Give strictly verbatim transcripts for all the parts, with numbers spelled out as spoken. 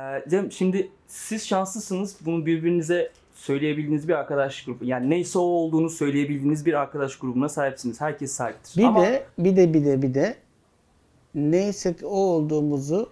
Ee, Cem, şimdi siz şanslısınız. Bunu birbirinize söyleyebildiğiniz bir arkadaş grubu. Yani neyse o olduğunu söyleyebildiğiniz bir arkadaş grubuna sahipsiniz. Herkes sahiptir. Bir Ama de bir de bir de bir de neyse o olduğumuzu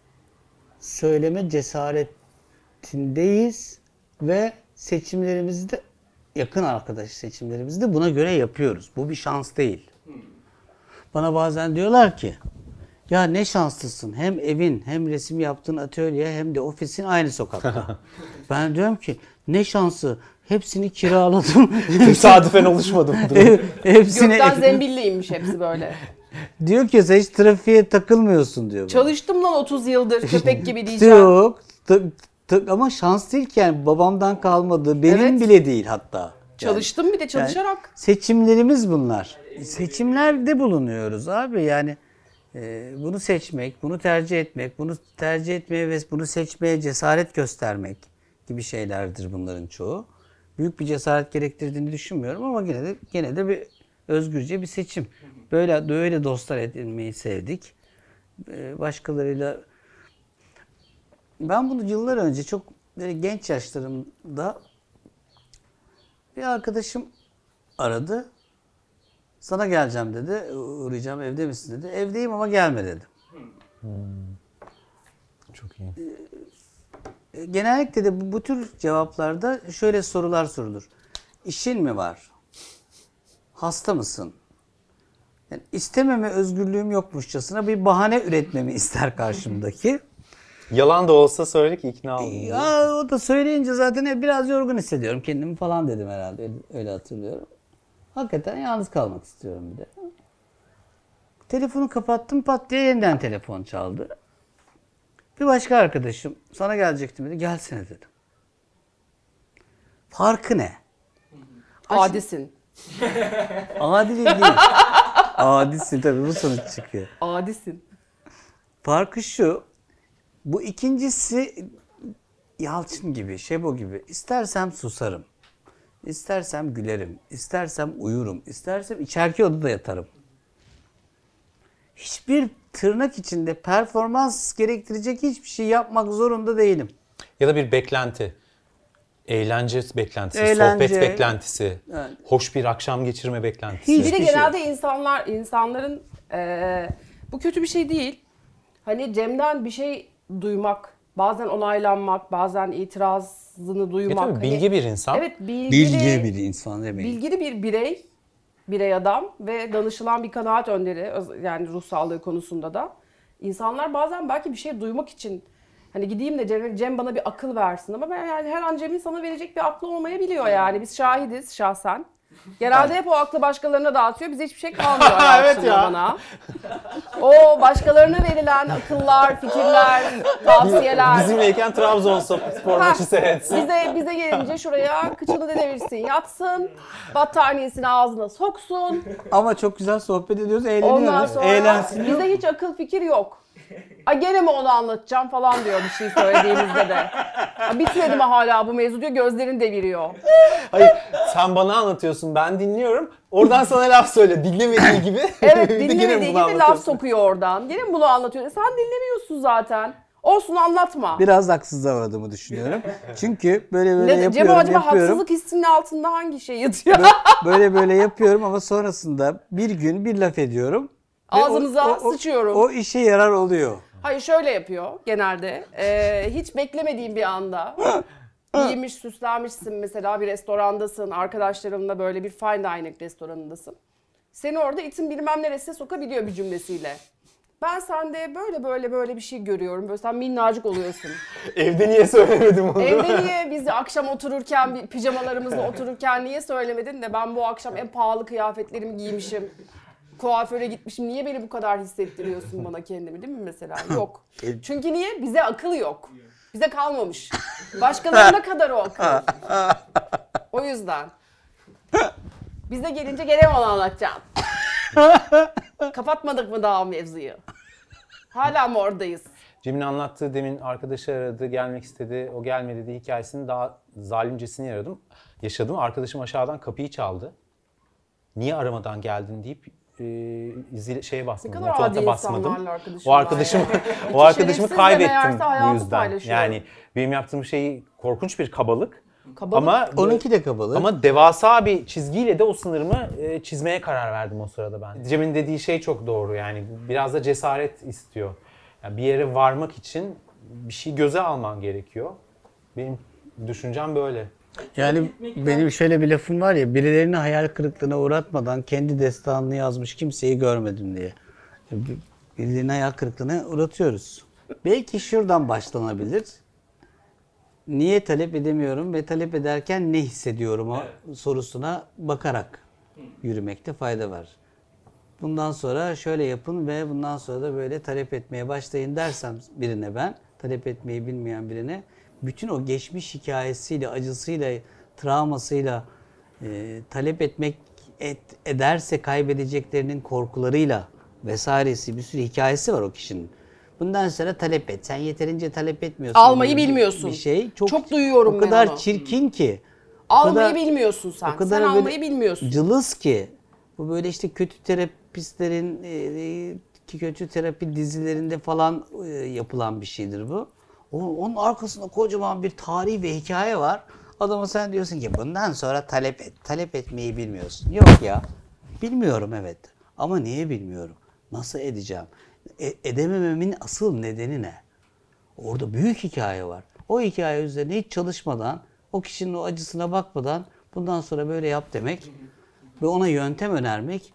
söyleme cesaretindeyiz ve seçimlerimizi de yakın arkadaş seçimlerimizi de buna göre yapıyoruz. Bu bir şans değil. Bana bazen diyorlar ki ya ne şanslısın. Hem evin hem resim yaptığın atölye hem de ofisin aynı sokakta. Ben diyorum ki ne şansı. Hepsini kiraladım. Tesadüfen oluşmadı bu durum. Hepsine... Gökten zembilliymiş hepsi böyle. Diyor ki sen hiç trafiğe takılmıyorsun diyor. Çalıştım lan otuz yıldır köpek gibi diyeceğim. Yok. T- t- ama şans değil ki yani babamdan kalmadı. Benim Evet. bile değil hatta. Yani, Çalıştım bir de çalışarak. yani seçimlerimiz bunlar. Seçimlerde bulunuyoruz abi yani. e, bunu seçmek, bunu tercih etmek, bunu tercih etmeye ve bunu seçmeye cesaret göstermek gibi şeylerdir bunların çoğu. Büyük bir cesaret gerektirdiğini düşünmüyorum ama gene de gene de bir özgürce bir seçim. Böyle böyle dostlar edinmeyi sevdik. Ee, başkalarıyla ben bunu yıllar önce çok böyle genç yaşlarımda bir arkadaşım aradı. Sana geleceğim dedi. Uğrayacağım, evde misin dedi. Evdeyim ama gelme dedim. Hmm. Çok iyi. Genellikle de bu, bu tür cevaplarda şöyle sorular sorulur. İşin mi var? Hasta mısın? Yani istememe özgürlüğüm yokmuşçasına bir bahane üretmemi ister karşımdaki. Yalan da olsa söyle ki ikna oldum. Ya o da söyleyince zaten biraz yorgun hissediyorum kendimi falan dedim herhalde. Öyle, öyle hatırlıyorum. Hakikaten yalnız kalmak istiyorum bir de. Telefonu kapattım, pat diye yeniden telefon çaldı. Bir başka arkadaşım sana gelecektim dedi. Gelsene dedim. Farkı ne? Adisin. Adil değil. Adisin tabii bu sonuç çıkıyor. Adisin. Farkı şu. Bu ikincisi Yalçın gibi, Şebo gibi. İstersem susarım. İstersem gülerim. İstersem uyurum. İstersem içerki odada yatarım. Hiçbir tırnak içinde performans gerektirecek hiçbir şey yapmak zorunda değilim. Ya da bir beklenti. Eğlence beklentisi, Eğlence. sohbet beklentisi, Evet. hoş bir akşam geçirme beklentisi. Hiç- Bir de Hiçbir şey. genelde insanlar insanların eee, bu kötü bir şey değil. Hani Cem'den bir şey duymak, bazen onaylanmak, bazen itirazını Ya duymak. tabii Hani- bilgi bir insan. Evet, bilgili, Bilgi bir insan demeyin. bilgili bir birey, birey adam ve danışılan bir kanaat önderi, öz- yani ruh sağlığı konusunda da. İnsanlar bazen belki bir şey duymak için hani gideyim de Cem, Cem bana bir akıl versin ama ben yani her an Cem'in sana verecek bir aklı olmayabiliyor yani. Biz şahidiz şahsen. Genelde hep o aklı başkalarına dağıtıyor. Bize hiçbir şey kalmıyor Evet evet ya. bana. O başkalarına verilen akıllar, fikirler, tavsiyeler. Bizimleyken Trabzonspor Ha, maçı seyretsin. Bize, bize gelince şuraya kıçını devirsin, yatsın, battaniyesini ağzına soksun. Ama çok güzel sohbet ediyoruz, eğleniyoruz. Ondan sonra Eğlensin. bize hiç akıl fikir yok. Ay gene mi onu anlatacağım falan diyor bir şey söylediğimizde de. Ay bitmedi mi hala bu mevzu diyor, gözlerini deviriyor. Hayır, sen bana anlatıyorsun, ben dinliyorum. Oradan sana laf söyle, dinlemediği gibi. Evet Bir de gene dinlemediği bunu gibi laf anlatıyorsun. sokuyor oradan. Gene mi bunu anlatıyor? E sen dinlemiyorsun zaten. Olsun anlatma. Biraz haksızlığa uğradığımı düşünüyorum. Çünkü böyle böyle Ne, Cem yapıyorum, acaba yapıyorum. haksızlık hissinin altında hangi şey yatıyor? Böyle böyle yapıyorum ama sonrasında bir gün bir laf ediyorum. Ve Ağzımıza o, o, sıçıyorum. O işe yarar oluyor. Hayır şöyle yapıyor genelde. Ee, hiç beklemediğin bir anda giyinmiş, süslenmişsin mesela bir restorandasın, arkadaşlarınla böyle bir fine dining restoranındasın. Seni orada itin bilmem neresine sokabiliyor bir cümlesiyle. Ben sende böyle böyle böyle bir şey görüyorum. Böyle sen minnacık oluyorsun. Evde niye söylemedim onu? Evde niye biz akşam otururken, bir pijamalarımızla otururken niye söylemedin de ben bu akşam en pahalı kıyafetlerimi giymişim. Kuaföre gitmişim. Niye beni bu kadar hissettiriyorsun bana kendimi değil mi mesela? Yok. Çünkü niye? Bize akıl yok. Bize kalmamış. Başkalarına kadar o akıl. O yüzden. Bize gelince gene mi onu anlatacağım? Kapatmadık mı daha mevzuyu? Hala mı oradayız? Cem'in anlattığı demin arkadaşı aradı, gelmek istedi, o gelmedi diye hikayesinin daha zalimcesini yaradım, yaşadım. Arkadaşım aşağıdan kapıyı çaldı. Niye aramadan geldin deyip e, zil, şeye Ne basmadım, kadar adi motorata basmadım. insanlarla arkadaşım O arkadaşımı, var. o arkadaşımı Şerefsiz de kaybettim meğerse hayatı bu yüzden. paylaşıyor. Yani benim yaptığım şey korkunç bir kabalık. Kabalık. Ama Onunki de kabalık. Ama devasa bir çizgiyle de o sınırımı e, çizmeye karar verdim o sırada ben. Cem'in dediği şey çok doğru yani. Biraz da cesaret istiyor. Yani bir yere varmak için bir şey göze alman gerekiyor. Benim düşüncem böyle. Yani benim şöyle bir lafım var ya, birilerini hayal kırıklığına uğratmadan kendi destanını yazmış kimseyi görmedim diye. Birilerini hayal kırıklığına uğratıyoruz. Belki şuradan başlanabilir. Niye talep edemiyorum ve talep ederken ne hissediyorum o sorusuna bakarak yürümekte fayda var. Bundan sonra şöyle yapın ve bundan sonra da böyle talep etmeye başlayın dersem birine, ben talep etmeyi bilmeyen birine, bütün o geçmiş hikayesiyle, acısıyla, travmasıyla e, talep etmek et, ederse kaybedeceklerinin korkularıyla vesairesi bir sürü hikayesi var o kişinin. Bundan sonra talep et. Sen yeterince talep etmiyorsun. Almayı gibi bilmiyorsun. Bir şey. Çok, Çok duyuyorum o ben kadar onu. çirkin ki. o Almayı kadar- bilmiyorsun sen. o kadar Sen böyle almayı bilmiyorsun. Cılız ki. Bu böyle işte kötü terapistlerin e, ki kötü terapi dizilerinde falan e, yapılan bir şeydir bu. O, onun arkasında kocaman bir tarih ve hikaye var. Adama sen diyorsun ki bundan sonra talep et. Talep etmeyi bilmiyorsun. Yok ya. Bilmiyorum evet. Ama niye bilmiyorum? Nasıl edeceğim? E, edemememin asıl nedeni ne? Orada büyük hikaye var. O hikaye üzerine hiç çalışmadan, o kişinin o acısına bakmadan bundan sonra böyle yap demek ve ona yöntem önermek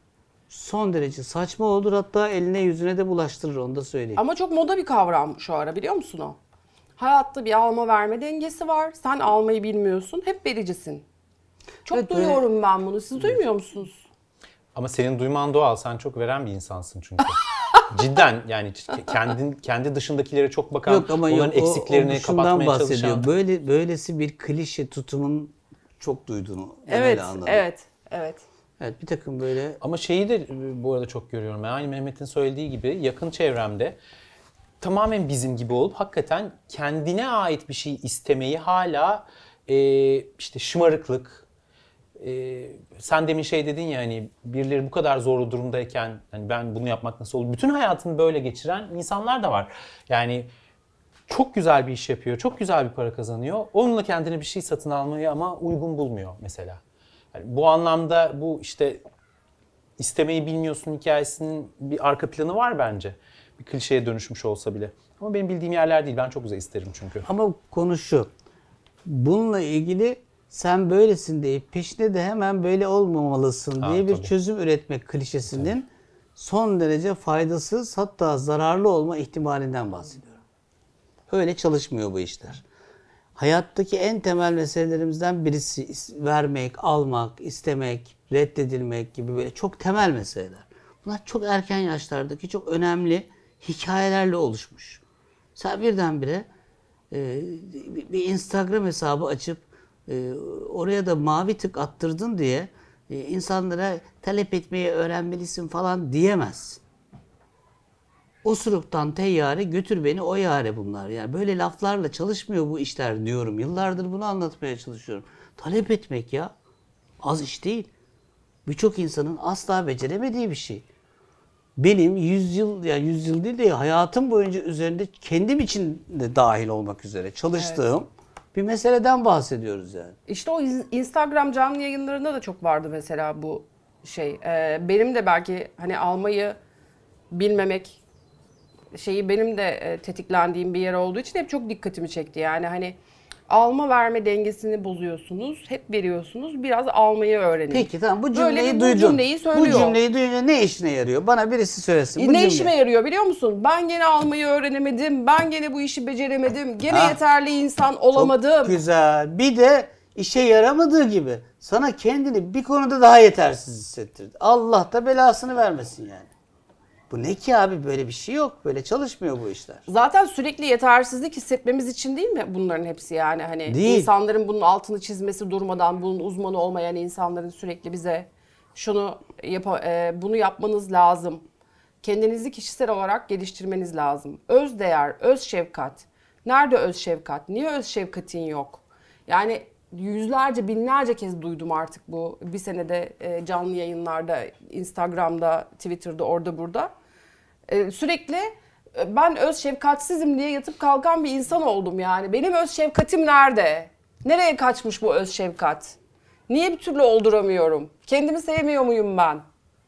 son derece saçma olur. Hatta eline yüzüne de bulaştırır, onu da söyleyeyim. Ama çok moda bir kavram şu ara, biliyor musun o? Hayatta bir alma verme dengesi var. Sen almayı bilmiyorsun. Hep vericisin. Çok Evet, böyle- duyuyorum ben bunu. Siz duymuyor musunuz? Ama senin duyman doğal. Sen çok veren bir insansın çünkü. Cidden yani kendin kendi dışındakilere çok bakan, Yok ama onların yok, o- eksiklerini o şundan kapatmaya bahsediyor. çalışan. Böyle böylesi bir klişe tutumun çok duyduğunu ben Evet, öyle anladım. evet, evet. Evet, bir takım böyle Ama şeyi de e, bu arada çok görüyorum. Yani aynı Mehmet'in söylediği gibi yakın çevremde tamamen bizim gibi olup hakikaten kendine ait bir şey istemeyi hala e, işte şımarıklık, e, sen demin şey dedin ya hani birileri bu kadar zorlu durumdayken hani ben bunu yapmak nasıl olur? Bütün hayatını böyle geçiren insanlar da var. Yani çok güzel bir iş yapıyor, çok güzel bir para kazanıyor. Onunla kendine bir şey satın almayı ama uygun bulmuyor mesela. Yani bu anlamda bu işte istemeyi bilmiyorsun hikayesinin bir arka planı var bence. Bir klişeye dönüşmüş olsa bile. Ama benim bildiğim yerler değil. Ben çok güzel isterim çünkü. ama konu şu. Bununla ilgili sen böylesin deyip peşine de hemen böyle olmamalısın Ha, diye bir tabii. çözüm üretmek klişesinin son derece faydasız, hatta zararlı olma ihtimalinden bahsediyorum. Öyle çalışmıyor bu işler. Hayattaki en temel meselelerimizden birisi is- vermek, almak, istemek, reddedilmek gibi böyle çok temel meseleler. Bunlar çok erken yaşlardaki çok önemli hikayelerle oluşmuş. Sen birdenbire e, bir Instagram hesabı açıp e, oraya da mavi tık attırdın diye e, insanlara talep etmeyi öğrenmelisin falan diyemezsin. Osuruktan teyyare, götür beni o yare bunlar. Yani böyle laflarla çalışmıyor bu işler diyorum. Yıllardır bunu anlatmaya çalışıyorum. Talep etmek ya. Az iş değil. Birçok insanın asla beceremediği bir şey. Benim yüz yıl, yani yüz yıl değil de hayatım boyunca üzerinde kendim için de dahil olmak üzere çalıştığım bir meseleden bahsediyoruz yani. İşte o iz- Instagram canlı yayınlarında da çok vardı mesela bu şey. Ee, benim de belki hani almayı bilmemek şeyi benim de e, tetiklendiğim bir yer olduğu için hep çok dikkatimi çekti. Yani hani alma verme dengesini bozuyorsunuz, hep veriyorsunuz, biraz almayı öğrenin. Peki tamam, bu Böyle cümleyi bir- bu duydun. cümleyi söylüyor. Bu cümleyi duyunca ne işine yarıyor? Bana birisi söylesin. Bu ne cümle. işime yarıyor biliyor musun? Ben gene almayı öğrenemedim, ben gene bu işi beceremedim, gene Ha. yeterli insan olamadım. Çok güzel. Bir de işe yaramadığı gibi sana kendini bir konuda daha yetersiz hissettirdi. Allah da belasını vermesin yani. Bu ne ki abi, böyle bir şey yok. Böyle çalışmıyor bu işler. Zaten sürekli yetersizlik hissetmemiz için değil mi bunların hepsi yani hani Değil. insanların bunun altını çizmesi durmadan, bunun uzmanı olmayan insanların sürekli bize şunu yap bunu yapmanız lazım. Kendinizi kişisel olarak geliştirmeniz lazım. Öz değer, öz şefkat. Nerede öz şefkat? Niye öz şefkatin yok? Yani yüzlerce, binlerce kez duydum artık bu bir senede e, canlı yayınlarda, Instagram'da, Twitter'da, orada burada. E, sürekli e, ben öz şefkatsizim diye yatıp kalkan bir insan oldum yani. Benim öz şefkatim nerede? Nereye kaçmış bu öz şefkat? Niye bir türlü olduramıyorum? Kendimi sevmiyor muyum ben?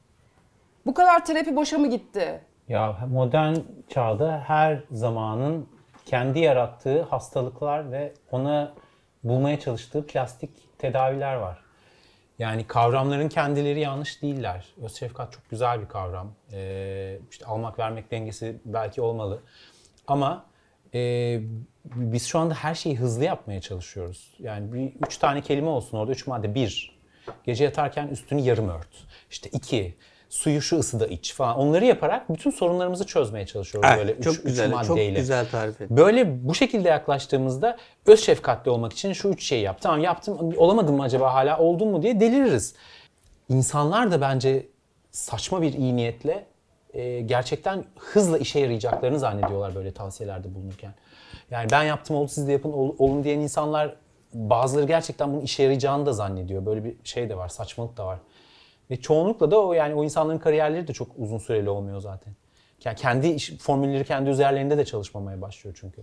Bu kadar terapi boşa mı gitti? Ya modern çağda her zamanın kendi yarattığı hastalıklar ve ona bulmaya çalıştığı plastik tedaviler var. Yani kavramların kendileri yanlış değiller. Öz şefkat çok güzel bir kavram. Ee, işte almak vermek dengesi belki olmalı. Ama e, biz şu anda her şeyi hızlı yapmaya çalışıyoruz. Yani bir, üç tane kelime olsun orada, üç madde. Bir, gece yatarken üstünü yarım ört. İşte iki, suyu şu ısıda iç falan. Onları yaparak bütün sorunlarımızı çözmeye çalışıyoruz Evet, böyle çok üç, güzel, üç maddeyle. çok güzel tarif et. Böyle bu şekilde yaklaştığımızda öz şefkatli olmak için şu üç şeyi yap. Tamam yaptım, olamadım mı acaba hala, oldum mu diye deliririz. İnsanlar da bence saçma bir iyi niyetle e, gerçekten hızla işe yarayacaklarını zannediyorlar böyle tavsiyelerde bulunurken. Yani ben yaptım oldu siz de yapın ol, olun diyen insanlar, bazıları gerçekten bunun işe yarayacağını da zannediyor. Böyle bir şey de var, saçmalık da var. Ve çoğunlukla da o yani o insanların kariyerleri de çok uzun süreli olmuyor zaten. Yani kendi iş, formülleri kendi üzerlerinde de çalışmamaya başlıyor çünkü.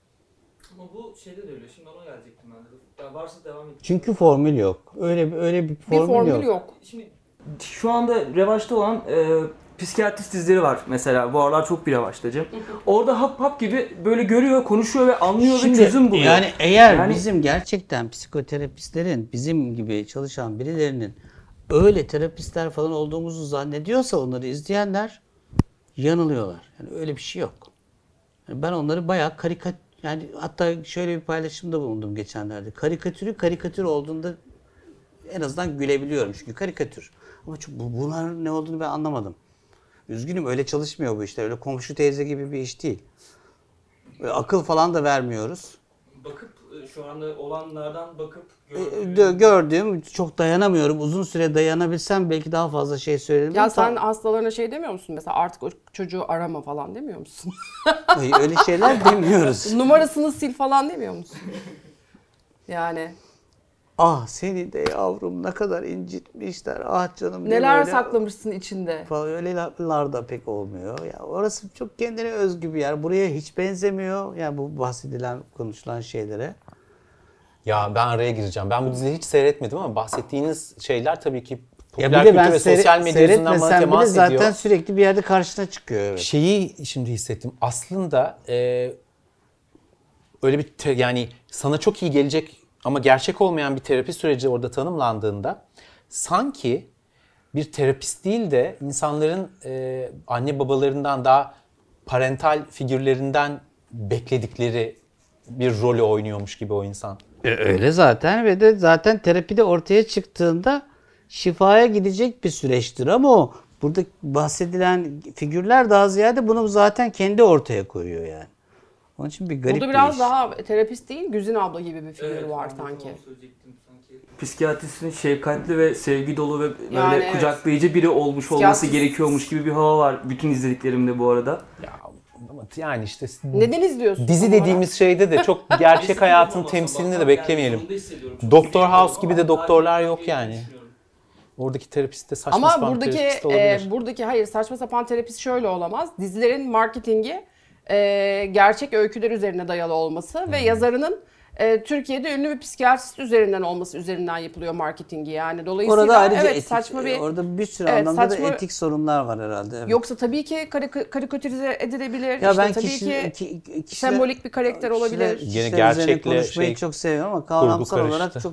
Ama bu şeyde de öyle. Şimdi ona gelecektim ben de. Ya varsa devam edin. Çünkü formül yok. Öyle öyle bir formül, Bir formül yok. yok. Şimdi şu anda revaçta olan e, psikiyatrist dizileri var mesela. Bu aralar çok bir revaçtacı. Orada hap hap gibi böyle görüyor, konuşuyor ve anlıyor Şimdi, ve çözüm buluyor. Yani eğer Yani- bizim gerçekten psikoterapistlerin bizim gibi çalışan birilerinin öyle terapistler falan olduğumuzu zannediyorsa onları izleyenler yanılıyorlar. Yani öyle bir şey yok. Yani ben onları bayağı karikat yani hatta şöyle bir paylaşımda bulundum geçenlerde. Karikatürü karikatür olduğunda en azından gülebiliyorum çünkü karikatür. Ama çok, bu, bunların ne olduğunu ben anlamadım. Üzgünüm, öyle çalışmıyor bu işler. Öyle komşu teyze gibi bir iş değil. Böyle akıl falan da vermiyoruz. Bakıp e, şu anda olanlardan bakıp E, dö- gördüğüm, çok dayanamıyorum. Uzun süre dayanabilsem belki daha fazla şey söylerim. Ya Ama sen tam- hastalarına şey demiyor musun? Mesela artık o çocuğu arama falan demiyor musun? Ay, öyle şeyler demiyoruz. Numarasını sil falan demiyor musun? Yani Ah seni de yavrum ne kadar incitmişler. Ah canım. ne neler böyle- saklamışsın içinde. falan, öyle laflar da pek olmuyor. Ya orası çok kendine özgü bir yer. Buraya hiç benzemiyor. Yani bu bahsedilen, konuşulan şeylere. Ya ben araya gireceğim. Ben bu dizileri hiç seyretmedim ama bahsettiğiniz şeyler tabii ki Ya popüler bir de kültür ben ve seyre- sosyal medya yüzünden bana seyretmesem bile temas zaten ediyor. sürekli bir yerde karşına çıkıyor. Evet. Şeyi şimdi hissettim. Aslında e, öyle bir te- yani sana çok iyi gelecek ama gerçek olmayan bir terapi süreci orada tanımlandığında sanki bir terapist değil de insanların e, anne babalarından daha parental figürlerinden bekledikleri bir rolü oynuyormuş gibi o insan. E, öyle zaten ve de zaten terapide ortaya çıktığında şifaya gidecek bir süreçtir ama o burada bahsedilen figürler daha ziyade bunu zaten kendi ortaya koyuyor yani. Onun için bir garip Burada bir biraz iş. daha terapist değil, Güzin abla gibi bir figür var sanki. Psikiyatristin şefkatli ve sevgi dolu ve böyle Yani evet. kucaklayıcı biri olmuş olması Psikiyatrist- gerekiyormuş gibi bir hava var bütün izlediklerimde bu arada. Ya ama yani işte Neden izliyorsun? dizi tam olarak? dediğimiz şeyde de çok gerçek hayatın temsilini de beklemeyelim. Doktor House gibi de doktorlar yok yani. Oradaki terapist de saçma Ama sapan buradaki terapist olabilir. e, buradaki hayır saçma sapan terapist şöyle olamaz. Dizilerin marketingi e, gerçek öyküler üzerine dayalı olması ve yazarının e, Türkiye'de ünlü bir psikiyatrist üzerinden olması üzerinden yapılıyor marketingi yani. Dolayısıyla Orada ayrıca evet etik, saçma bir orada bir sürü evet, anlamda saçma- da etik sorunlar var herhalde. Evet. yoksa tabii ki karik- karikatürize edilebilir. Ya işte ben tabii kişi, ki ki, kişiler- sembolik bir karakter olabilir. kişiler- Gene kişiler gerçekle üzerine konuşmayı şey, çok seviyorum ama kavramsal kurgu olarak karıştı. çok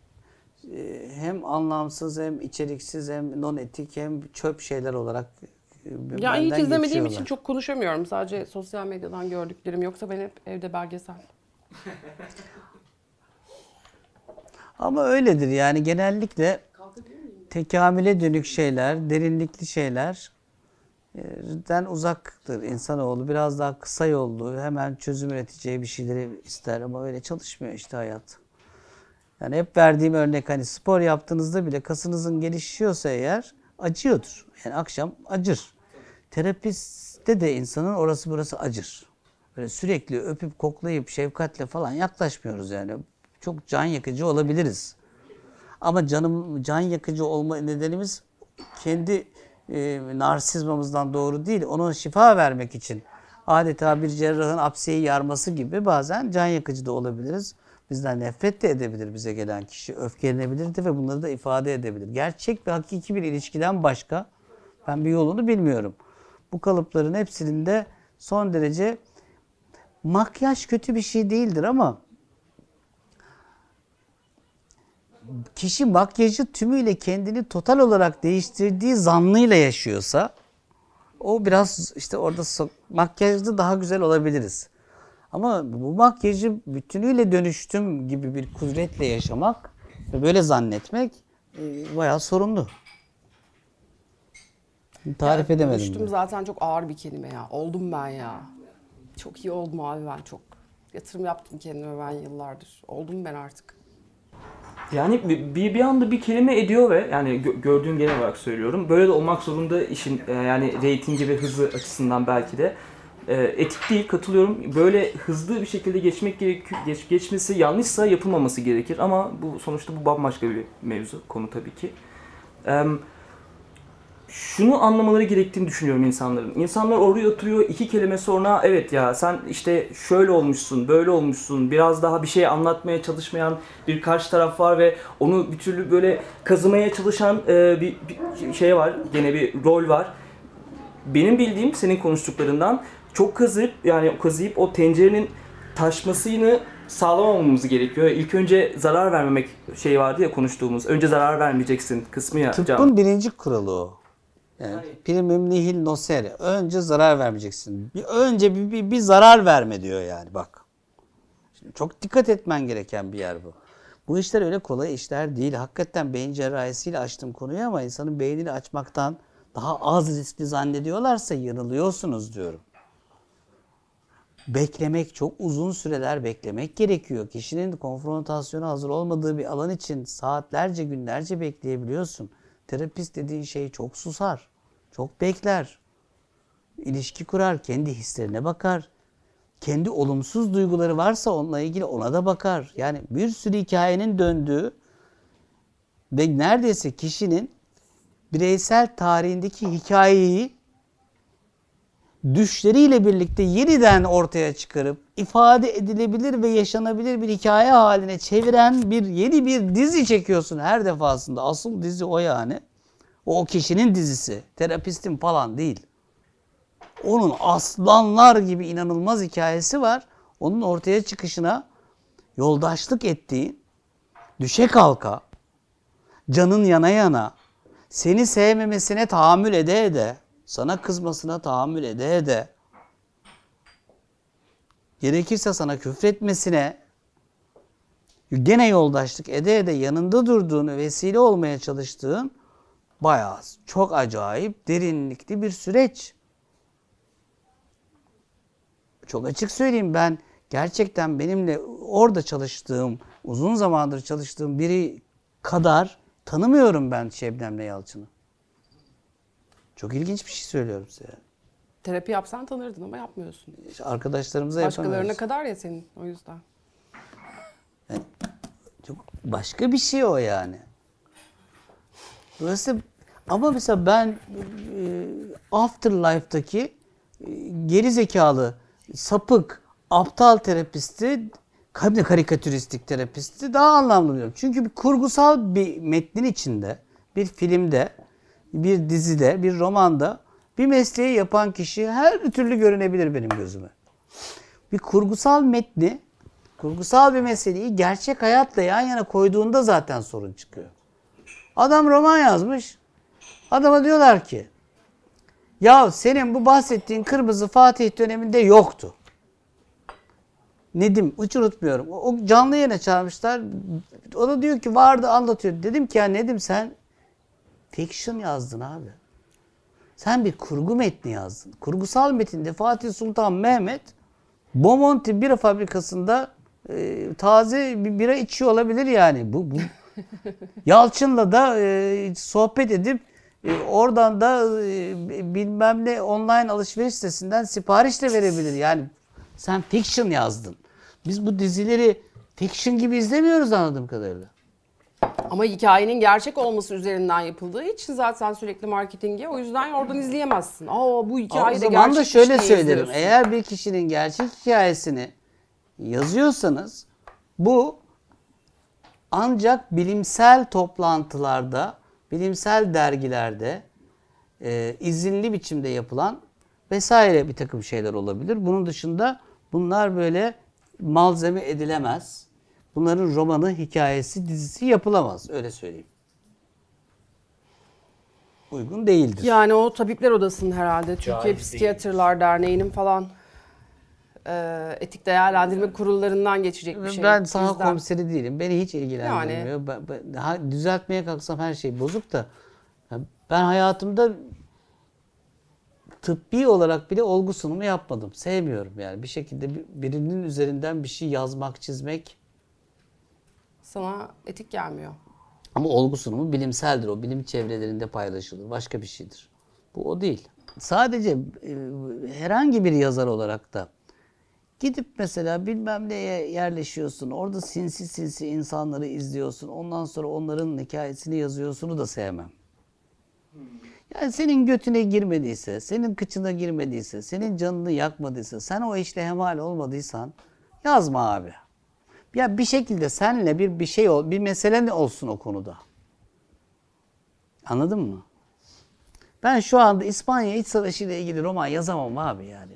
e, hem anlamsız hem içeriksiz hem non etik hem çöp şeyler olarak e, Ya hiç benden izlemediğim geçiyorlar. için çok konuşamıyorum. Sadece sosyal medyadan gördüklerim. Yoksa ben hep evde belgesel. Ama öyledir yani genellikle tekamüle dönük şeyler, derinlikli şeylerden uzaktır insanoğlu. Biraz daha kısa yollu, hemen çözüm üreteceği bir şeyleri ister ama öyle çalışmıyor işte hayat. Yani hep verdiğim örnek hani spor yaptığınızda bile kasınızın gelişiyorsa eğer acıyordur. Yani akşam acır. Terapiste de insanın orası burası acır. Böyle sürekli öpüp koklayıp şefkatle falan yaklaşmıyoruz yani. çok can yakıcı olabiliriz. Ama canım can yakıcı olma nedenimiz kendi e, narsizmamızdan doğru değil. Ona şifa vermek için adeta bir cerrahın apseyi yarması gibi bazen can yakıcı da olabiliriz. Bizden nefret de edebilir bize gelen kişi. Öfkelenebilir de ve bunları da ifade edebilir. Gerçek ve hakiki bir ilişkiden başka ben bir yolunu bilmiyorum. Bu kalıpların hepsinin de son derece makyaj kötü bir şey değildir ama kişi makyajı tümüyle kendini total olarak değiştirdiği zannıyla yaşıyorsa o biraz işte orada so- makyajda daha güzel olabiliriz. Ama bu makyajı bütünüyle dönüştüm gibi bir kudretle yaşamak ve böyle zannetmek e, bayağı sorunlu. Tarif Yani edemedim. dönüştüm ben. zaten çok ağır bir kelime ya. Oldum ben ya. Çok iyi oldum abi ben çok. Yatırım yaptım kendime ben yıllardır. Oldum ben artık. Yani bir, bir bir anda bir kelime ediyor ve yani gö- gördüğüm genel olarak söylüyorum. Böyle de olmak zorunda işin e, yani reytingi ve hızı açısından belki de. E, etik değil, katılıyorum. Böyle hızlı bir şekilde geçmek gerekiyor. Geç, geçmesi yanlışsa yapılmaması gerekir ama bu sonuçta bu bambaşka bir mevzu, konu tabii ki. E, şunu anlamaları gerektiğini düşünüyorum insanların. İnsanlar oraya oturuyor, iki kelime sonra evet ya sen işte şöyle olmuşsun, böyle olmuşsun, biraz daha bir şey anlatmaya çalışmayan bir karşı taraf var ve onu bir türlü böyle kazımaya çalışan e, bir, bir şey var, gene bir rol var. Benim bildiğim senin konuştuklarından çok kazıyıp yani kazıyıp o tencerenin taşmasını sağlamamamız gerekiyor. İlk önce zarar vermemek şey vardı ya konuştuğumuz. Önce zarar vermeyeceksin kısmı ya. Can. Tıbbın birinci kuralı o. Yani primum nihil nocere. Önce zarar vermeyeceksin. Bir önce bir, bir, bir zarar verme diyor yani bak. Şimdi çok dikkat etmen gereken bir yer bu. Bu işler öyle kolay işler değil. Hakikaten beyin cerrahisiyle açtım konuyu ama insanın beynini açmaktan daha az riskli zannediyorlarsa yanılıyorsunuz diyorum. Beklemek, çok uzun süreler beklemek gerekiyor. Kişinin konfrontasyona hazır olmadığı bir alan için saatlerce, günlerce bekleyebiliyorsun. Terapist dediğin şey çok susar, çok bekler. İlişki kurar, kendi hislerine bakar. Kendi olumsuz duyguları varsa onunla ilgili ona da bakar. Yani bir sürü hikayenin döndüğü ve neredeyse kişinin bireysel tarihindeki hikayeyi düşleriyle birlikte yeniden ortaya çıkarıp ifade edilebilir ve yaşanabilir bir hikaye haline çeviren bir yeni bir dizi çekiyorsun her defasında. Asıl dizi o yani. O, o kişinin dizisi. Terapistin falan değil. Onun aslanlar gibi inanılmaz hikayesi var. Onun ortaya çıkışına yoldaşlık ettiğin, düşe kalka, canın yana yana, seni sevmemesine tahammül ede ede, sana kızmasına tahammül ede ede, gerekirse sana küfretmesine gene yoldaşlık ede ede yanında durduğunu, vesile olmaya çalıştığın bayağı çok acayip, derinlikli bir süreç. Çok açık söyleyeyim, ben gerçekten benimle orada çalıştığım, uzun zamandır çalıştığım biri kadar tanımıyorum ben Şebnem'le Yalçın'ı. Çok ilginç bir şey söylüyorum size. Terapi yapsan tanırdın ama yapmıyorsun. İşte arkadaşlarımıza yapamıyoruz. Başkalarına kadar ya senin o yüzden. Yani çok başka bir şey o yani. Burası ama mesela ben e, Afterlife'daki e, geri zekalı, sapık, aptal terapisti, hem de karikatüristik terapisti daha anlamlı buluyorum. Çünkü bir kurgusal bir metnin içinde, bir filmde, bir dizide, bir romanda bir mesleği yapan kişi her türlü görünebilir benim gözüme. Bir kurgusal metni, kurgusal bir meseleyi gerçek hayatla yan yana koyduğunda zaten sorun çıkıyor. Adam roman yazmış. Adama diyorlar ki ya senin bu bahsettiğin Kırmızı Fatih döneminde yoktu. Nedim, hiç unutmuyorum. O, o canlı yayına çağırmışlar. O da diyor ki vardı anlatıyor. Dedim ki ya Nedim sen fiction yazdın abi. Sen bir kurgu metni yazdın. Kurgusal metinde Fatih Sultan Mehmet Bomonti bira fabrikasında e, taze bir bira içiyor olabilir yani. Bu, bu. Yalçın'la da e, sohbet edip e, oradan da e, bilmem ne online alışveriş sitesinden sipariş de verebilir. Yani sen fiction yazdın. Biz bu dizileri Fiction gibi izlemiyoruz anladığım kadarıyla. Ama hikayenin gerçek olması üzerinden yapıldığı için zaten sürekli marketingi. O yüzden oradan izleyemezsin. Aa bu hikaye O de zaman gerçek da şöyle diye söylerim. izliyorsun. Eğer bir kişinin gerçek hikayesini yazıyorsanız bu ancak bilimsel toplantılarda, bilimsel dergilerde e, izinli biçimde yapılan vesaire bir takım şeyler olabilir. Bunun dışında bunlar böyle malzeme edilemez. Bunların romanı, hikayesi, dizisi yapılamaz. Öyle söyleyeyim. Uygun değildir. Yani o Tabipler Odası'nın herhalde, Türkiye Caiz Psikiyatrlar Derneği'nin falan e, etik değerlendirme kurullarından geçecek bir şey. Ben saha Bizden. komiseri değilim. Beni hiç ilgilendirmiyor. Yani. Ben, ben- ha- düzeltmeye kalksam her şey bozuk da ya ben hayatımda tıbbi olarak bile olgu sunumu yapmadım. Sevmiyorum yani. Bir şekilde bir- birinin üzerinden bir şey yazmak, çizmek. Sana etik gelmiyor. Ama olgu sunumu bilimseldir. O bilim çevrelerinde paylaşılır. Başka bir şeydir. Bu o değil. Sadece e, herhangi bir yazar olarak da gidip mesela bilmem neye yerleşiyorsun. Orada sinsi sinsi insanları izliyorsun. Ondan sonra onların hikayesini yazıyorsunu da sevmem. Yani senin götüne girmediyse, senin kıçına girmediyse, senin canını yakmadıysa, sen o işle hemhal olmadıysan yazma abi. Ya bir şekilde seninle bir bir şey ol, bir mesele ne olsun o konuda. Anladın mı? Ben şu anda İspanya İç Savaşı ile ilgili roman yazamam abi yani.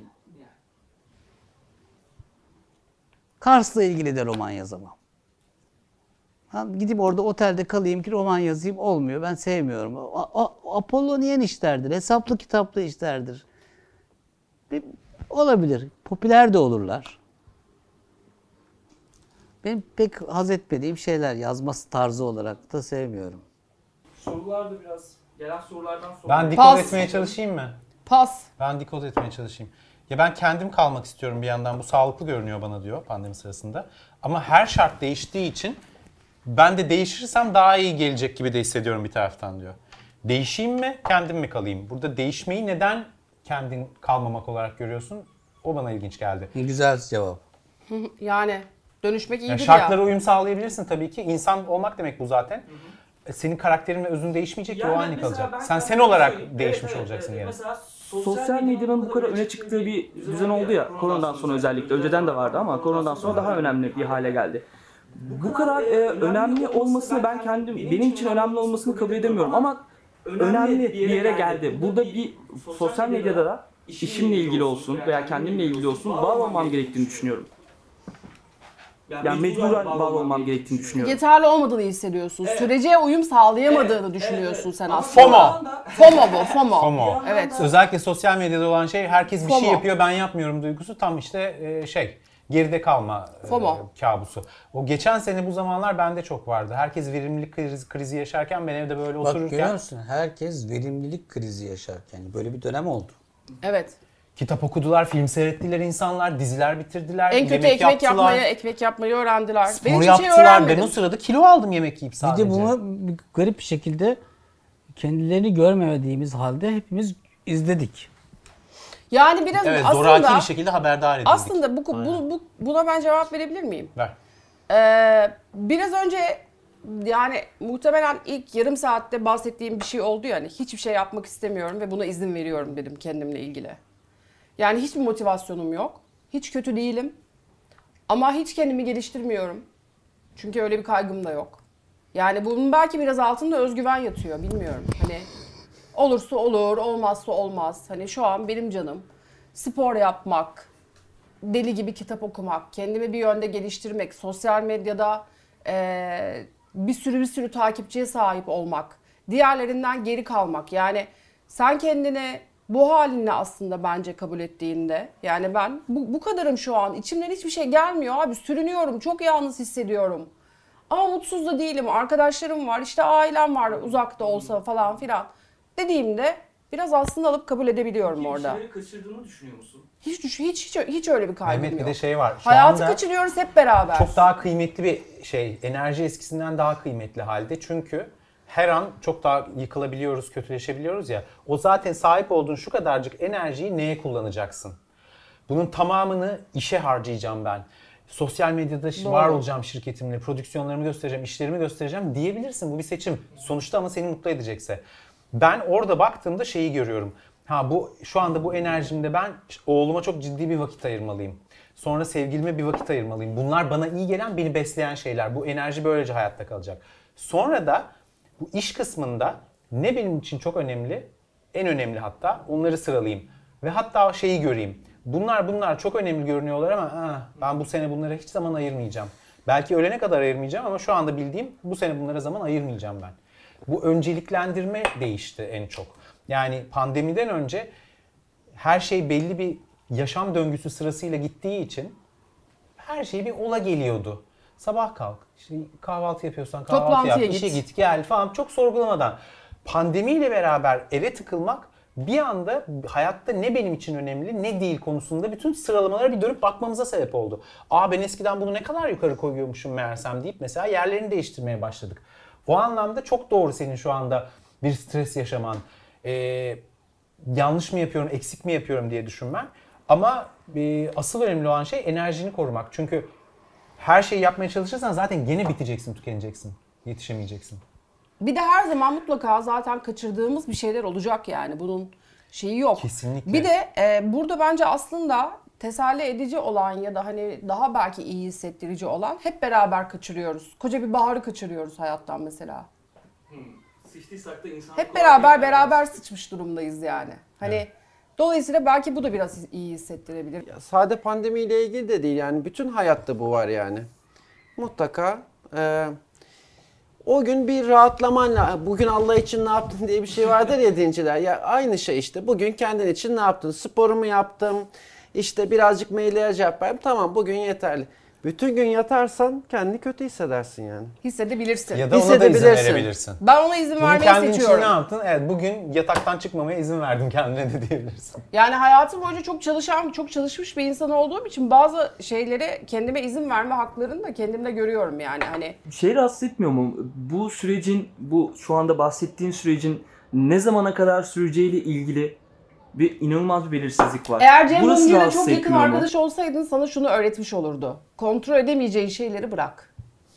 Kars'la ilgili de roman yazamam. Ha, gidip orada otelde kalayım ki roman yazayım olmuyor. Ben sevmiyorum. A- A- Apolloniyen işlerdir. Hesaplı kitaplı işlerdir. Bir, olabilir. Popüler de olurlar. Benim pek haz etmediğim şeyler yazması tarzı olarak da sevmiyorum. Sorular da biraz gelen sorulardan sonra. Ben dikkat Pas. etmeye çalışayım mı? Pas. Ben dikkat etmeye çalışayım. Ya ben kendim kalmak istiyorum bir yandan. Bu sağlıklı görünüyor bana diyor pandemi sırasında. Ama her şart değiştiği için ben de değişirsem daha iyi gelecek gibi de hissediyorum bir taraftan diyor. Değişeyim mi, kendim mi kalayım? Burada değişmeyi neden kendin kalmamak olarak görüyorsun? O bana ilginç geldi. Güzel cevap. Yani dönüşmek iyidir Yani ya. şartlara uyum sağlayabilirsin tabii ki. İnsan olmak demek bu zaten. Senin karakterin ve özün değişmeyecek ki o aynı kalacak. Sen sen olarak değişmiş olacaksın gene. Mesela sosyal medyanın bu kadar öne çıktığı bir düzen oldu ya koronadan sonra özellikle. Önceden de vardı ama koronadan sonra daha önemli bir hale geldi. Bu kadar e, önemli olmasını ben kendim, benim için önemli olmasını kabul edemiyorum ama önemli bir yere geldi. Burada bir sosyal medyada da işimle ilgili olsun veya kendimle ilgili olsun var olmam gerektiğini düşünüyorum. Yani mecburen var olmam gerektiğini düşünüyorum. Yeterli olmadığını hissediyorsun. Sürece uyum sağlayamadığını düşünüyorsun sen aslında. FOMO. FOMO bu, FOMO. FOMO. Evet. Özellikle sosyal medyada olan şey herkes bir şey FOMO. yapıyor ben yapmıyorum duygusu tam işte e, şey geride kalma e, FOMO. kabusu. O geçen sene bu zamanlar bende çok vardı. Herkes verimlilik krizi, krizi yaşarken ben evde böyle Bak görüyor otururken musun? Herkes verimlilik krizi yaşarken. Böyle bir dönem oldu. Evet. kitap okudular, film seyrettiler insanlar, diziler bitirdiler, En kötü yemek ekmek yaptılar, yapmayı, ekmek yapmayı öğrendiler. spor Ben hiç şey yaptılar. Ben öğrenmedim. o sırada kilo aldım yemek yiyip Bir sadece. de bunu bir garip bir şekilde kendilerini görmediğimiz halde hepimiz izledik. Yani biraz Evet, aslında zoraki bir şekilde haberdar edildik. aslında bu, bu, bu buna ben cevap verebilir miyim? Ver. Ee, biraz önce yani muhtemelen ilk yarım saatte bahsettiğim bir şey oldu ya, hani hiçbir şey yapmak istemiyorum ve buna izin veriyorum dedim kendimle ilgili. Yani hiçbir motivasyonum yok. Hiç kötü değilim. Ama hiç kendimi geliştirmiyorum. Çünkü öyle bir kaygım da yok. Yani bunun belki biraz altında özgüven yatıyor, bilmiyorum. Hani olursa olur, olmazsa olmaz. Hani şu an benim canım spor yapmak, deli gibi kitap okumak, kendimi bir yönde geliştirmek, sosyal medyada eee, bir sürü bir sürü takipçiye sahip olmak, diğerlerinden geri kalmak. Yani sen kendini bu halinle aslında bence kabul ettiğinde, yani ben bu, bu kadarım şu an, içimden hiçbir şey gelmiyor abi, sürünüyorum, çok yalnız hissediyorum. Ama mutsuz da değilim, arkadaşlarım var, işte ailem var uzakta olsa falan filan dediğimde biraz aslında alıp kabul edebiliyorum orada. Bir şeyleri kaçırdığını düşünüyor musun? Hiç düş hiç hiç hiç öyle bir kaygım Mehmet bir yok. de şey var. Şu Hayatı anda kaçırıyoruz hep beraber. çok daha kıymetli bir şey. Enerji eskisinden daha kıymetli halde. Çünkü her an çok daha yıkılabiliyoruz, kötüleşebiliyoruz ya. O zaten sahip olduğun şu kadarcık enerjiyi neye kullanacaksın? Bunun tamamını işe harcayacağım ben. sosyal medyada Doğru. var olacağım şirketimle, prodüksiyonlarımı göstereceğim, işlerimi göstereceğim diyebilirsin. Bu bir seçim. Sonuçta ama seni mutlu edecekse. Ben orada baktığımda şeyi görüyorum. Ha bu şu anda bu enerjimde ben oğluma çok ciddi bir vakit ayırmalıyım. Sonra sevgilime bir vakit ayırmalıyım. Bunlar bana iyi gelen, beni besleyen şeyler. Bu enerji böylece hayatta kalacak. Sonra da bu iş kısmında ne benim için çok önemli, en önemli hatta onları sıralayayım. Ve hatta şeyi göreyim. Bunlar bunlar çok önemli görünüyorlar ama ah, ben bu sene bunlara hiç zaman ayırmayacağım. Belki ölene kadar ayırmayacağım ama şu anda bildiğim bu sene bunlara zaman ayırmayacağım ben. Bu önceliklendirme değişti en çok. Yani pandemiden önce her şey belli bir yaşam döngüsü sırasıyla gittiği için her şey bir ola geliyordu. Sabah kalk, işte kahvaltı yapıyorsan kahvaltı Toplantıya yap, git. işe git, gel falan çok sorgulamadan. Pandemiyle beraber eve tıkılmak bir anda hayatta ne benim için önemli ne değil konusunda bütün sıralamalara bir dönüp bakmamıza sebep oldu. Aa ben eskiden bunu ne kadar yukarı koyuyormuşum meğersem deyip mesela yerlerini değiştirmeye başladık. Bu anlamda çok doğru senin şu anda bir stres yaşaman. Ee, yanlış mı yapıyorum, eksik mi yapıyorum diye düşünmen. Ama e, asıl önemli olan şey enerjini korumak. Çünkü her şeyi yapmaya çalışırsan zaten gene biteceksin, tükeneceksin, yetişemeyeceksin. Bir de her zaman mutlaka zaten kaçırdığımız bir şeyler olacak yani. Bunun şeyi yok. Kesinlikle. Bir de e, burada bence aslında teselli edici olan ya da hani daha belki iyi hissettirici olan hep beraber kaçırıyoruz. Koca bir baharı kaçırıyoruz hayattan mesela. Sıçtıysak da insan Hep beraber beraber sıçmış durumdayız yani. Hani Evet. dolayısıyla belki bu da biraz iyi hissettirebilir. Ya sade pandemiyle ilgili de değil yani bütün hayatta bu var yani. Mutlaka e, o gün bir rahatlaman lazım. Bugün Allah için ne yaptın diye bir şey vardır ya dinciler. Ya aynı şey işte. Bugün kendin için ne yaptın? Sporumu yaptım. İşte birazcık maillere cevap verdim. Tamam bugün yeterli. Bütün gün yatarsan kendini kötü hissedersin yani. Hissedebilirsin. Ya da ona da izin Hissedebilirsin. verebilirsin. Ben ona izin Bugün vermeyi kendin için seçiyorum. ne yaptın? Evet bugün yataktan çıkmamaya izin verdim kendine de diyebilirsin. Yani hayatım boyunca çok çalışan, çok çalışmış bir insan olduğum için bazı şeylere kendime izin verme haklarını da kendimde görüyorum yani. Hani Şey rahatsız etmiyor mu? Bu sürecin, bu şu anda bahsettiğin sürecin ne zamana kadar süreceğiyle ilgili bir inanılmaz bir belirsizlik var. eğer Cem Burası Mumcu ile rahatsız çok yakın etmiyor mu? arkadaş olsaydın sana şunu öğretmiş olurdu. Kontrol edemeyeceğin şeyleri bırak.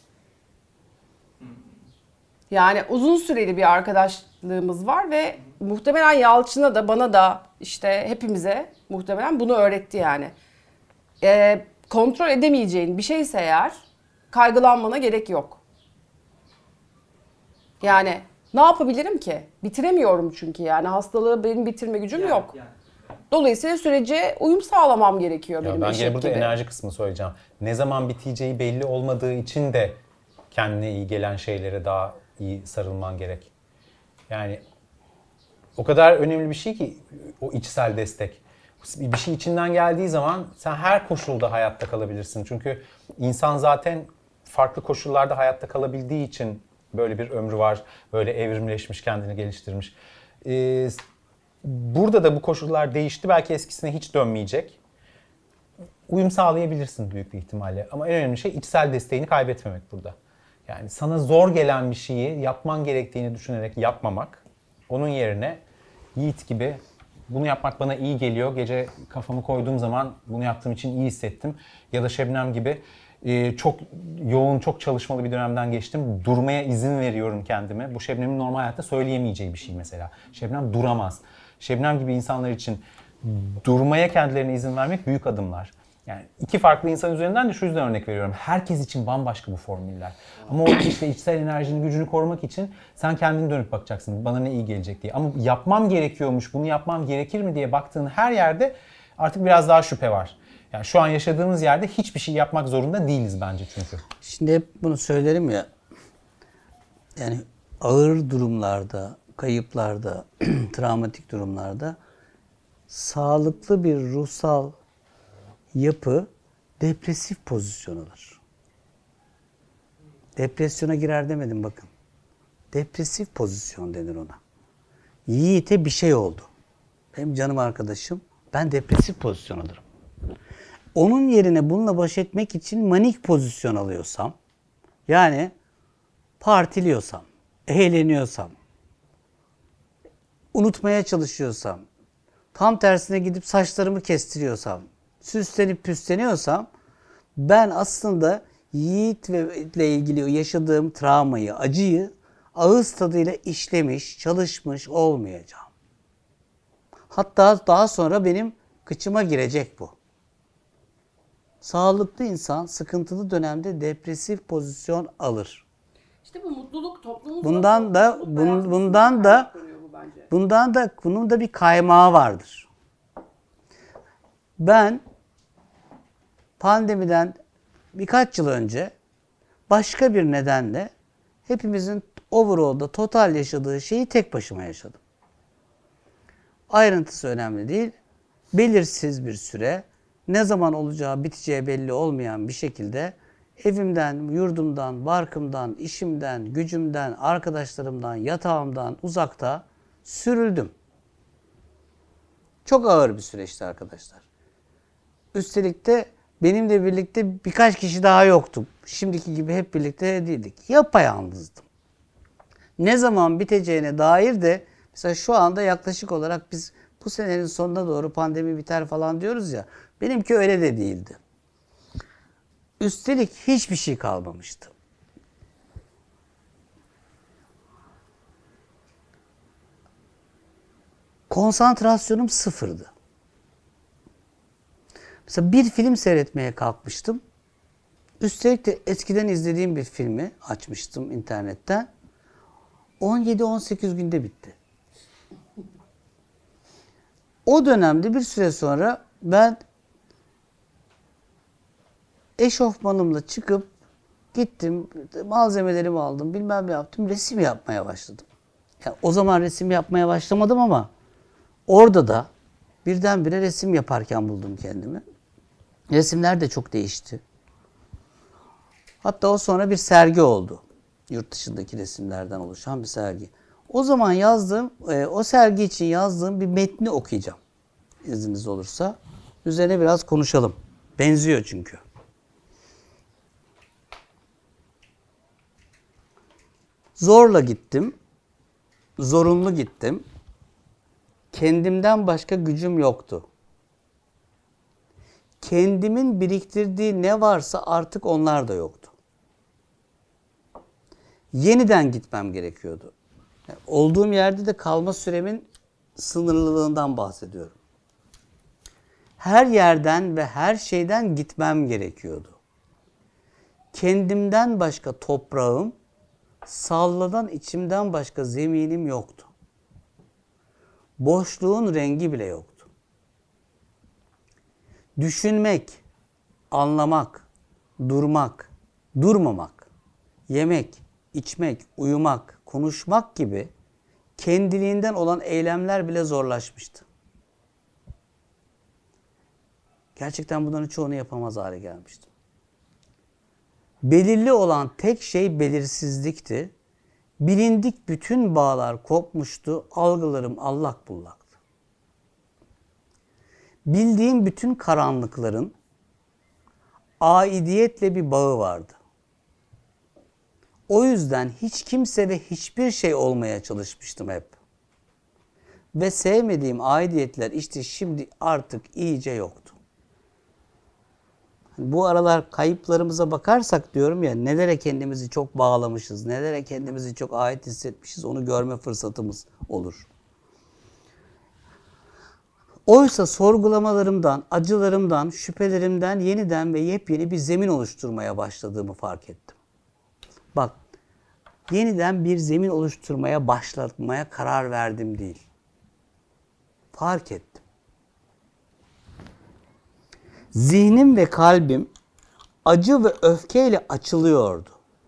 Yani uzun süreli bir arkadaşlığımız var ve muhtemelen Yalçın'a da bana da işte hepimize muhtemelen bunu öğretti yani. Ee, kontrol edemeyeceğin bir şeyse eğer kaygılanmana gerek yok. Yani ne yapabilirim ki? Bitiremiyorum çünkü yani hastalığı benim bitirme gücüm Yani- yok. yani. Dolayısıyla sürece uyum sağlamam gerekiyor Ya benim ben eşek gene burada gibi. enerji kısmını söyleyeceğim. Ne zaman biteceği belli olmadığı için de kendine iyi gelen şeylere daha iyi sarılman gerek. Yani o kadar önemli bir şey ki o içsel destek. Bir şey içinden geldiği zaman sen her koşulda hayatta kalabilirsin. Çünkü insan zaten farklı koşullarda hayatta kalabildiği için böyle bir ömrü var. Böyle evrimleşmiş, kendini geliştirmiş. Ee, burada da bu koşullar değişti. Belki eskisine hiç dönmeyecek. Uyum sağlayabilirsin büyük bir ihtimalle. Ama en önemli şey içsel desteğini kaybetmemek burada. Yani sana zor gelen bir şeyi yapman gerektiğini düşünerek yapmamak. Onun yerine Yiğit gibi bunu yapmak bana iyi geliyor. Gece kafamı koyduğum zaman bunu yaptığım için iyi hissettim. Ya da Şebnem gibi e, çok yoğun, çok çalışmalı bir dönemden geçtim. Durmaya izin veriyorum kendime. Bu Şebnem'in normal hayatta söyleyemeyeceği bir şey mesela. Şebnem duramaz. Şebnem gibi insanlar için durmaya kendilerine izin vermek büyük adımlar. Yani iki farklı insan üzerinden de şu yüzden örnek veriyorum. Herkes için bambaşka bu formüller. Ama o işte içsel enerjini, gücünü korumak için sen kendini dönüp bakacaksın. Bana ne iyi gelecek diye. Ama yapmam gerekiyormuş, bunu yapmam gerekir mi diye baktığın her yerde artık biraz daha şüphe var. Yani şu an yaşadığımız yerde hiçbir şey yapmak zorunda değiliz bence çünkü. Şimdi hep bunu söylerim ya. Yani ağır durumlarda, kayıplarda, travmatik durumlarda sağlıklı bir ruhsal yapı depresif pozisyon alır. Depresyona girer demedim bakın. Depresif pozisyon denir ona. Yiğit'e bir şey oldu. Benim canım arkadaşım. Ben depresif pozisyon alırım. Onun yerine bununla baş etmek için manik pozisyon alıyorsam, yani partiliyorsam, eğleniyorsam, unutmaya çalışıyorsam, tam tersine gidip saçlarımı kestiriyorsam, süslenip püsleniyorsam, Ben aslında Yiğit ve ile ilgili yaşadığım travmayı, acıyı ağız tadıyla işlemiş, çalışmış olmayacağım. Hatta daha sonra benim kıçıma girecek bu. Sağlıklı insan sıkıntılı dönemde depresif pozisyon alır. İşte bu mutluluk toplumumuzda Bundan da mutluluk bun, hayatımızı bundan da kaybediyor bu bence. bundan da bunun da bir kaymağı vardır. Ben pandemiden birkaç yıl önce başka bir nedenle hepimizin overall'da total yaşadığı şeyi tek başıma yaşadım. Ayrıntısı önemli değil. Belirsiz bir süre, ne zaman olacağı, biteceği belli olmayan bir şekilde evimden, yurdumdan, barkımdan, işimden, gücümden, arkadaşlarımdan, yatağımdan uzakta sürüldüm. Çok ağır bir süreçti arkadaşlar. Üstelik de benimle birlikte birkaç kişi daha yoktu. Şimdiki gibi hep birlikte değildik. Yapayalnızdım. Ne zaman biteceğine dair de mesela şu anda yaklaşık olarak biz bu senenin sonuna doğru pandemi biter falan diyoruz ya. Benimki öyle de değildi. Üstelik hiçbir şey kalmamıştı. Konsantrasyonum sıfırdı. Mesela bir film seyretmeye kalkmıştım. Üstelik de eskiden izlediğim bir filmi açmıştım internetten. on yedi on sekiz günde bitti. O dönemde bir süre sonra ben eşofmanımla çıkıp gittim, malzemelerimi aldım, bilmem ne yaptım, resim yapmaya başladım. Yani o zaman resim yapmaya başlamadım ama orada da birdenbire resim yaparken buldum kendimi. Resimler de çok değişti. Hatta o sonra bir sergi oldu. Yurt dışındaki resimlerden oluşan bir sergi. O zaman yazdığım, o sergi için yazdığım bir metni okuyacağım. İzniniz olursa. Üzerine biraz konuşalım. Benziyor çünkü. Zorla gittim. Zorunlu gittim. Kendimden başka gücüm yoktu. Kendimin biriktirdiği ne varsa artık onlar da yoktu. Yeniden gitmem gerekiyordu. Yani olduğum yerde de kalma süremin sınırlılığından bahsediyorum. Her yerden ve her şeyden gitmem gerekiyordu. Kendimden başka toprağım, sallanan içimden başka zeminim yoktu. Boşluğun rengi bile yoktu. Düşünmek, anlamak, durmak, durmamak, yemek, içmek, uyumak, konuşmak gibi kendiliğinden olan eylemler bile zorlaşmıştı. Gerçekten bunların çoğunu yapamaz hale gelmiştim. Belirli olan tek şey belirsizlikti. Bilindik bütün bağlar kopmuştu, algılarım allak bullaktı. Bildiğim bütün karanlıkların aidiyetle bir bağı vardı. O yüzden hiç kimse ve hiçbir şey olmaya çalışmıştım hep. Ve sevmediğim aidiyetler işte şimdi artık iyice yoktu. Bu aralar kayıplarımıza bakarsak diyorum ya, nelere kendimizi çok bağlamışız, nelere kendimizi çok ait hissetmişiz, onu görme fırsatımız olur. Oysa sorgulamalarımdan, acılarımdan, şüphelerimden yeniden ve yepyeni bir zemin oluşturmaya başladığımı fark ettim. Bak, yeniden bir zemin oluşturmaya başlatmaya karar verdim değil. Fark ettim. Zihnim ve kalbim acı ve öfkeyle açılıyordu.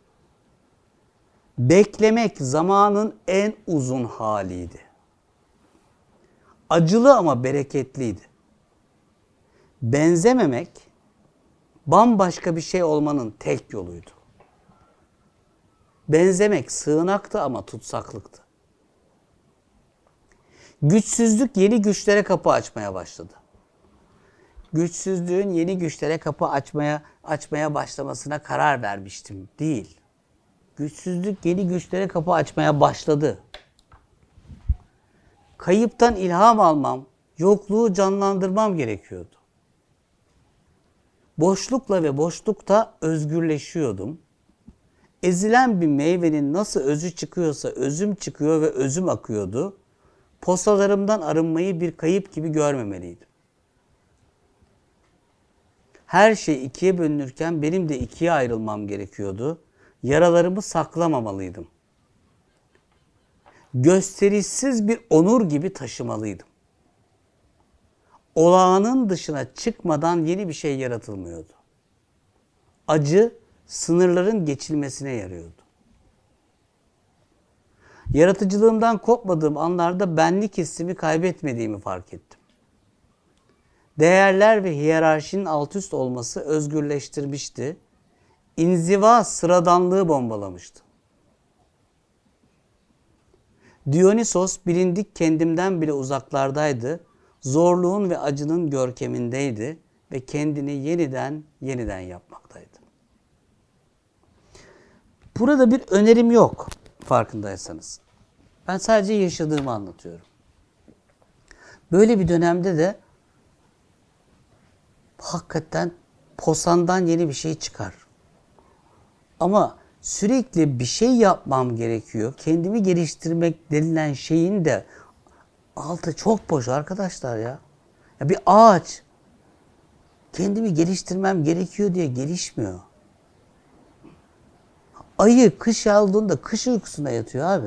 Beklemek zamanın en uzun haliydi. Acılı ama bereketliydi. Benzememek bambaşka bir şey olmanın tek yoluydu. Benzemek sığınaktı ama tutsaklıktı. Güçsüzlük yeni güçlere kapı açmaya başladı. Güçsüzlüğün yeni güçlere kapı açmaya açmaya başlamasına karar vermiştim değil. Güçsüzlük yeni güçlere kapı açmaya başladı. Kayıptan ilham almam, yokluğu canlandırmam gerekiyordu. Boşlukla ve boşlukta özgürleşiyordum. Ezilen bir meyvenin nasıl özü çıkıyorsa özüm çıkıyor ve özüm akıyordu. Posalarımdan arınmayı bir kayıp gibi görmemeliydim. Her şey ikiye bölünürken benim de ikiye ayrılmam gerekiyordu. Yaralarımı saklamamalıydım. Gösterişsiz bir onur gibi taşımalıydım. Olağanın dışına çıkmadan yeni bir şey yaratılmıyordu. Acı sınırların geçilmesine yarıyordu. Yaratıcılığımdan kopmadığım anlarda benlik hissimi kaybetmediğimi fark ettim. Değerler ve hiyerarşinin alt üst olması özgürleştirmişti. İnziva sıradanlığı bombalamıştı. Dionysos bilindik kendimden bile uzaklardaydı. Zorluğun ve acının görkemindeydi ve kendini yeniden yeniden yapmaktaydı. Burada bir önerim yok farkındaysanız. Ben sadece yaşadığımı anlatıyorum. Böyle bir dönemde de hakikaten posandan yeni bir şey çıkar. Ama sürekli bir şey yapmam gerekiyor. Kendimi geliştirmek denilen şeyin de altı çok boş arkadaşlar ya. Ya bir ağaç kendimi geliştirmem gerekiyor diye gelişmiyor. Ayı kış aldığında kış uykusuna yatıyor abi.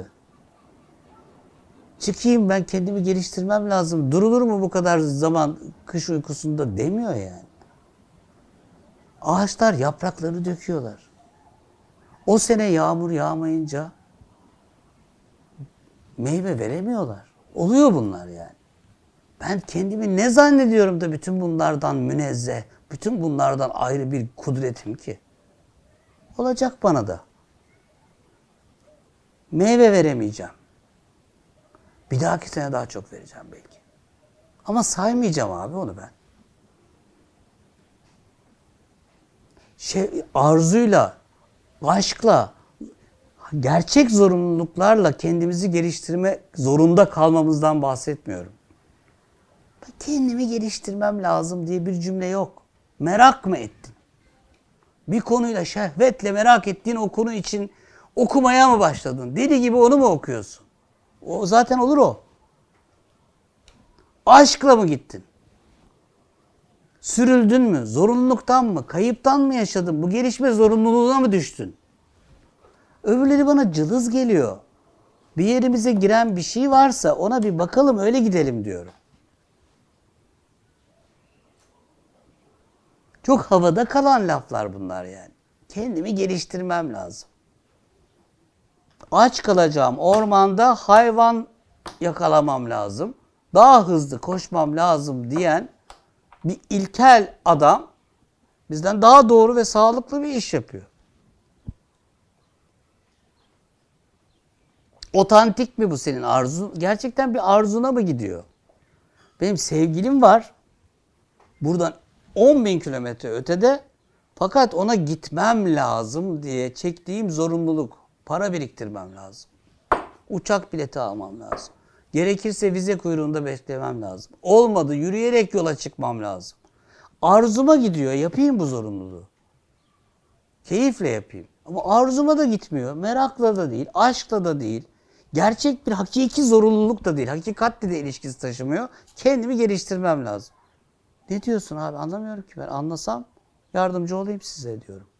Çıkayım ben kendimi geliştirmem lazım. Durulur mu bu kadar zaman kış uykusunda demiyor yani. Ağaçlar yapraklarını döküyorlar. O sene yağmur yağmayınca meyve veremiyorlar. Oluyor bunlar yani. Ben kendimi ne zannediyorum da bütün bunlardan münezzeh, bütün bunlardan ayrı bir kudretim ki? Olacak bana da. Meyve veremeyeceğim. Bir dahaki sene daha çok vereceğim belki. Ama saymayacağım abi onu ben. Şey, arzuyla, aşkla, gerçek zorunluluklarla kendimizi geliştirme zorunda kalmamızdan bahsetmiyorum. Ben kendimi geliştirmem lazım diye bir cümle yok. Merak mı ettin? Bir konuyla şehvetle merak ettiğin o konu için okumaya mı başladın? Deli gibi onu mu okuyorsun? O zaten olur o. Aşkla mı gittin? Sürüldün mü? Zorunluluktan mı? Kayıptan mı yaşadın? Bu gelişme zorunluluğuna mı düştün? Öbürleri bana cılız geliyor. Bir yerimize giren bir şey varsa ona bir bakalım öyle gidelim diyorum. Çok havada kalan laflar bunlar yani. Kendimi geliştirmem lazım. Aç kalacağım ormanda hayvan yakalamam lazım. Daha hızlı koşmam lazım diyen bir ilkel adam bizden daha doğru ve sağlıklı bir iş yapıyor. Otantik mi bu senin arzun? Gerçekten bir arzuna mı gidiyor? Benim sevgilim var. Buradan on bin kilometre ötede. Fakat ona gitmem lazım diye çektiğim zorunluluk. Para biriktirmem lazım. Uçak bileti almam lazım. Gerekirse vize kuyruğunda beklemem lazım. Olmadı yürüyerek yola çıkmam lazım. Arzuma gidiyor. Yapayım bu zorunluluğu. Keyifle yapayım. Ama arzuma da gitmiyor. Merakla da değil. Aşkla da değil. Gerçek bir hakiki zorunluluk da değil. Hakikatle de ilişkisi taşımıyor. Kendimi geliştirmem lazım. Ne diyorsun abi? Anlamıyorum ki ben. Anlasam yardımcı olayım size diyorum.